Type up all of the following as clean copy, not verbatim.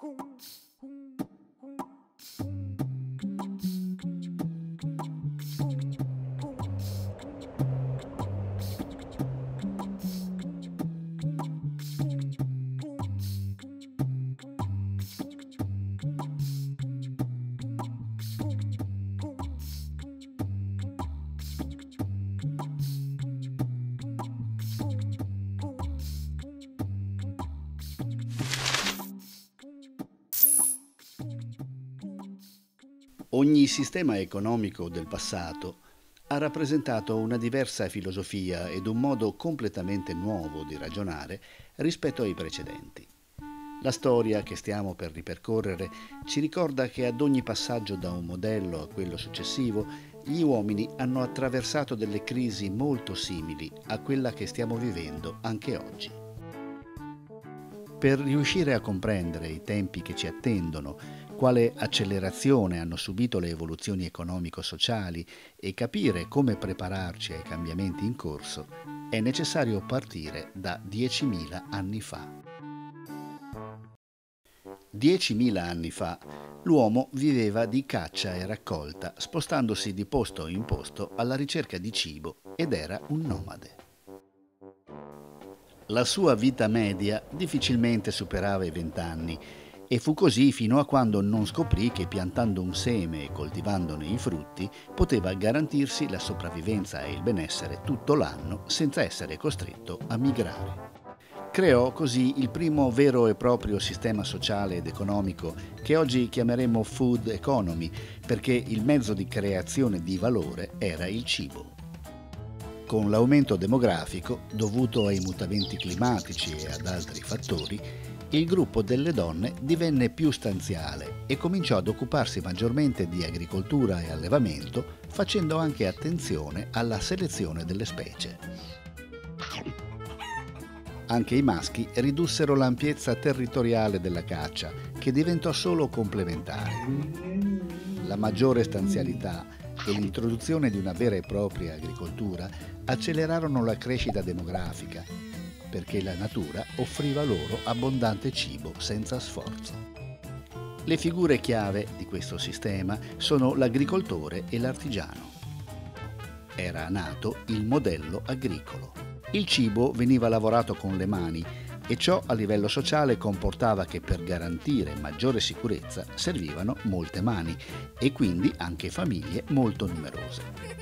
Ogni sistema economico del passato ha rappresentato una diversa filosofia ed un modo completamente nuovo di ragionare rispetto ai precedenti. La storia che stiamo per ripercorrere ci ricorda che ad ogni passaggio da un modello a quello successivo, gli uomini hanno attraversato delle crisi molto simili a quella che stiamo vivendo anche oggi. Per riuscire a comprendere i tempi che ci attendono, quale accelerazione hanno subito le evoluzioni economico-sociali e capire come prepararci ai cambiamenti in corso, è necessario partire da 10.000 anni fa. 10.000 anni fa l'uomo viveva di caccia e raccolta, spostandosi di posto in posto alla ricerca di cibo ed era un nomade. La sua vita media difficilmente superava i 20 anni e fu così fino a quando non scoprì che piantando un seme e coltivandone i frutti poteva garantirsi la sopravvivenza e il benessere tutto l'anno senza essere costretto a migrare. Creò così il primo vero e proprio sistema sociale ed economico che oggi chiameremo food economy, perché il mezzo di creazione di valore era il cibo. Con l'aumento demografico, dovuto ai mutamenti climatici e ad altri fattori, il gruppo delle donne divenne più stanziale e cominciò ad occuparsi maggiormente di agricoltura e allevamento, facendo anche attenzione alla selezione delle specie. Anche i maschi ridussero l'ampiezza territoriale della caccia, che diventò solo complementare. La maggiore stanzialità e l'introduzione di una vera e propria agricoltura accelerarono la crescita demografica, perché la natura offriva loro abbondante cibo senza sforzo. Le figure chiave di questo sistema sono l'agricoltore e l'artigiano. Era nato il modello agricolo. Il cibo veniva lavorato con le mani e ciò a livello sociale comportava che per garantire maggiore sicurezza servivano molte mani e quindi anche famiglie molto numerose.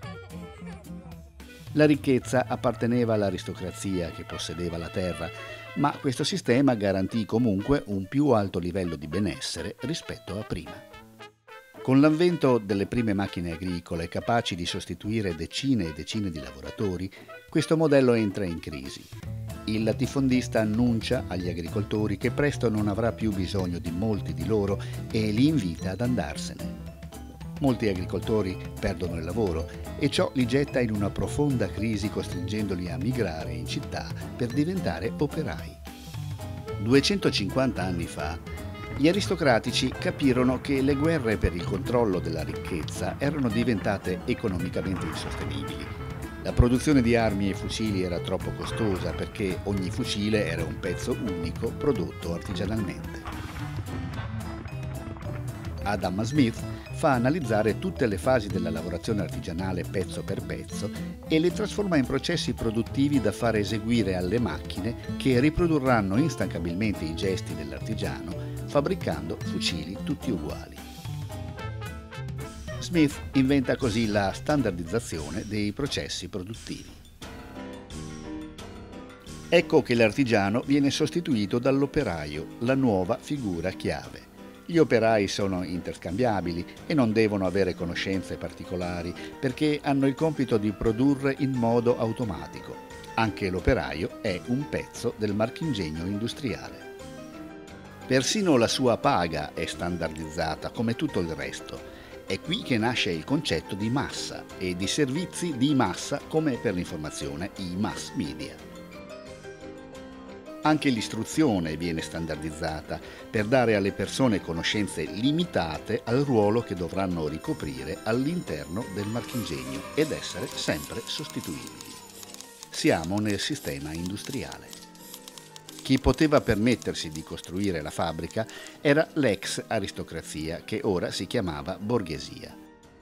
La ricchezza apparteneva all'aristocrazia che possedeva la terra, ma questo sistema garantì comunque un più alto livello di benessere rispetto a prima. Con l'avvento delle prime macchine agricole capaci di sostituire decine e decine di lavoratori, questo modello entra in crisi. Il latifondista annuncia agli agricoltori che presto non avrà più bisogno di molti di loro e li invita ad andarsene. Molti agricoltori perdono il lavoro e ciò li getta in una profonda crisi, costringendoli a migrare in città per diventare operai. 250 anni fa, gli aristocratici capirono che le guerre per il controllo della ricchezza erano diventate economicamente insostenibili. La produzione di armi e fucili era troppo costosa perché ogni fucile era un pezzo unico prodotto artigianalmente. Adam Smith fa analizzare tutte le fasi della lavorazione artigianale pezzo per pezzo e le trasforma in processi produttivi da fare eseguire alle macchine che riprodurranno instancabilmente i gesti dell'artigiano, fabbricando fucili tutti uguali. Smith inventa così la standardizzazione dei processi produttivi. Ecco che l'artigiano viene sostituito dall'operaio, la nuova figura chiave. Gli operai sono interscambiabili e non devono avere conoscenze particolari perché hanno il compito di produrre in modo automatico. Anche l'operaio è un pezzo del marchingegno industriale. Persino la sua paga è standardizzata come tutto il resto. È qui che nasce il concetto di massa e di servizi di massa come per l'informazione i mass media. Anche l'istruzione viene standardizzata per dare alle persone conoscenze limitate al ruolo che dovranno ricoprire all'interno del marchingegno ed essere sempre sostituibili. Siamo nel sistema industriale. Chi poteva permettersi di costruire la fabbrica era l'ex aristocrazia, che ora si chiamava borghesia.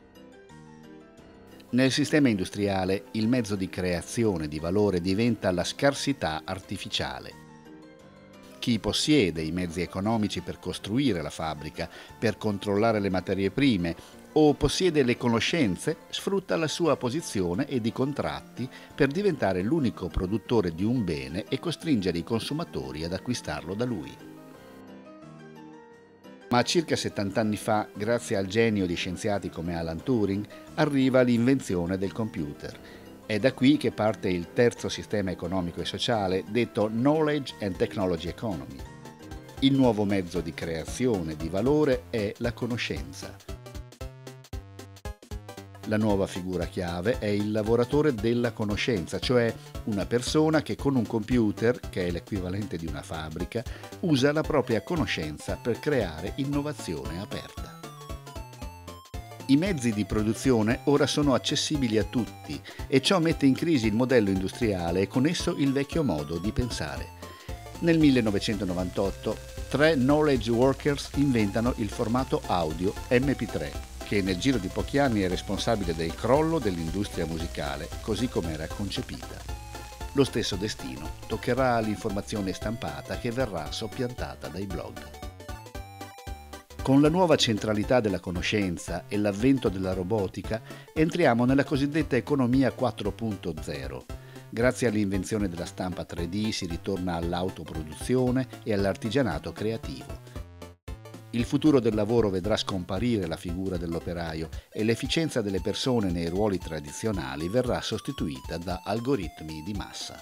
Nel sistema industriale il mezzo di creazione di valore diventa la scarsità artificiale. Chi possiede i mezzi economici per costruire la fabbrica, per controllare le materie prime o possiede le conoscenze, sfrutta la sua posizione ed i contratti per diventare l'unico produttore di un bene e costringere i consumatori ad acquistarlo da lui. Ma circa 70 anni fa, grazie al genio di scienziati come Alan Turing, arriva l'invenzione del computer. È da qui che parte il terzo sistema economico e sociale, detto Knowledge and Technology Economy. Il nuovo mezzo di creazione di valore è la conoscenza. La nuova figura chiave è il lavoratore della conoscenza, cioè una persona che con un computer, che è l'equivalente di una fabbrica, usa la propria conoscenza per creare innovazione aperta. I mezzi di produzione ora sono accessibili a tutti e ciò mette in crisi il modello industriale e con esso il vecchio modo di pensare. Nel 1998, 3 knowledge workers inventano il formato audio MP3, che nel giro di pochi anni è responsabile del crollo dell'industria musicale, così come era concepita. Lo stesso destino toccherà all'informazione stampata che verrà soppiantata dai blog. Con la nuova centralità della conoscenza e l'avvento della robotica entriamo nella cosiddetta economia 4.0. Grazie all'invenzione della stampa 3D si ritorna all'autoproduzione e all'artigianato creativo. Il futuro del lavoro vedrà scomparire la figura dell'operaio e l'efficienza delle persone nei ruoli tradizionali verrà sostituita da algoritmi di massa.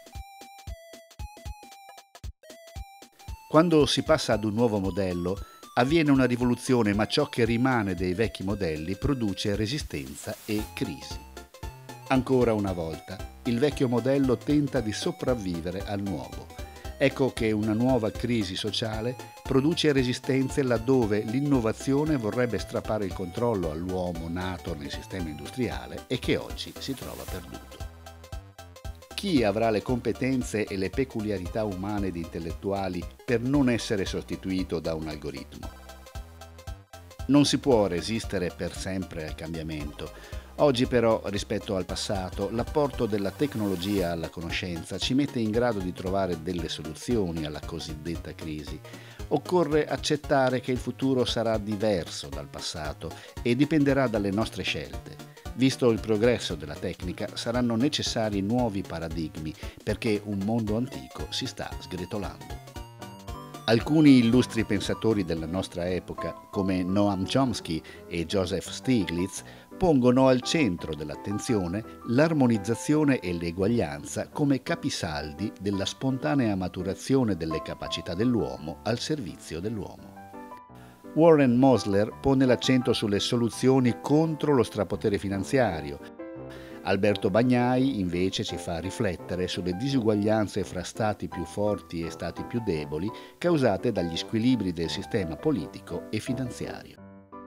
Quando si passa ad un nuovo modello, avviene una rivoluzione, ma ciò che rimane dei vecchi modelli produce resistenza e crisi. Ancora una volta, il vecchio modello tenta di sopravvivere al nuovo. Ecco che una nuova crisi sociale produce resistenze laddove l'innovazione vorrebbe strappare il controllo all'uomo nato nel sistema industriale e che oggi si trova perduto. Chi avrà le competenze e le peculiarità umane ed intellettuali per non essere sostituito da un algoritmo? Non si può resistere per sempre al cambiamento. Oggi però, rispetto al passato, l'apporto della tecnologia alla conoscenza ci mette in grado di trovare delle soluzioni alla cosiddetta crisi. Occorre accettare che il futuro sarà diverso dal passato e dipenderà dalle nostre scelte. Visto il progresso della tecnica, saranno necessari nuovi paradigmi perché un mondo antico si sta sgretolando. Alcuni illustri pensatori della nostra epoca, come Noam Chomsky e Joseph Stiglitz, pongono al centro dell'attenzione l'armonizzazione e l'eguaglianza come capisaldi della spontanea maturazione delle capacità dell'uomo al servizio dell'uomo. Warren Mosler pone l'accento sulle soluzioni contro lo strapotere finanziario. Alberto Bagnai invece ci fa riflettere sulle disuguaglianze fra stati più forti e stati più deboli causate dagli squilibri del sistema politico e finanziario.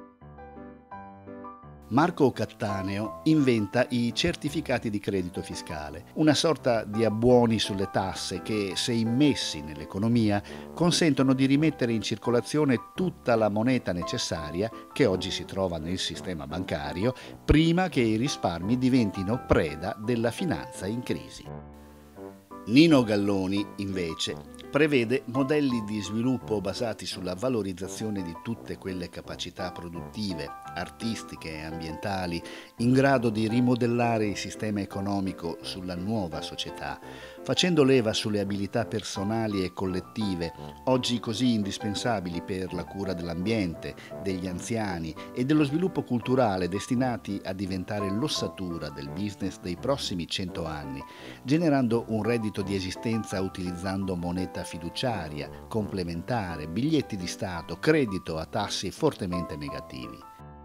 Marco Cattaneo inventa i certificati di credito fiscale, una sorta di abbuoni sulle tasse che, se immessi nell'economia, consentono di rimettere in circolazione tutta la moneta necessaria che oggi si trova nel sistema bancario, prima che i risparmi diventino preda della finanza in crisi. Nino Galloni, invece, prevede modelli di sviluppo basati sulla valorizzazione di tutte quelle capacità produttive, artistiche e ambientali in grado di rimodellare il sistema economico sulla nuova società, facendo leva sulle abilità personali e collettive, oggi così indispensabili per la cura dell'ambiente, degli anziani e dello sviluppo culturale, destinati a diventare l'ossatura del business dei prossimi 100 anni, generando un reddito di esistenza utilizzando moneta fiduciaria, complementare, biglietti di Stato, credito a tassi fortemente negativi.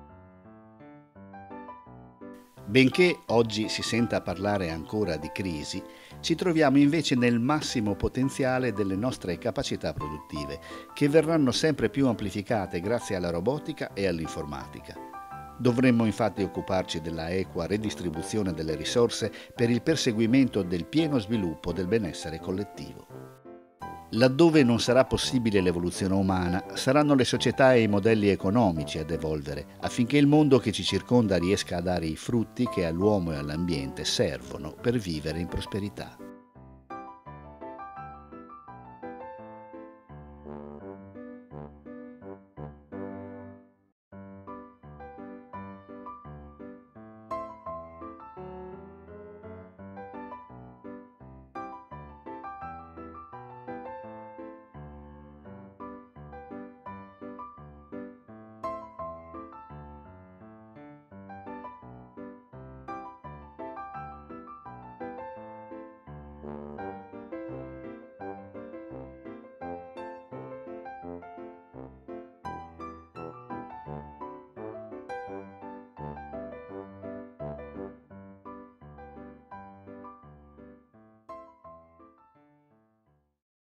Benché oggi si senta parlare ancora di crisi, ci troviamo invece nel massimo potenziale delle nostre capacità produttive, che verranno sempre più amplificate grazie alla robotica e all'informatica. Dovremmo infatti occuparci della equa redistribuzione delle risorse per il perseguimento del pieno sviluppo del benessere collettivo. Laddove non sarà possibile l'evoluzione umana, saranno le società e i modelli economici ad evolvere, affinché il mondo che ci circonda riesca a dare i frutti che all'uomo e all'ambiente servono per vivere in prosperità.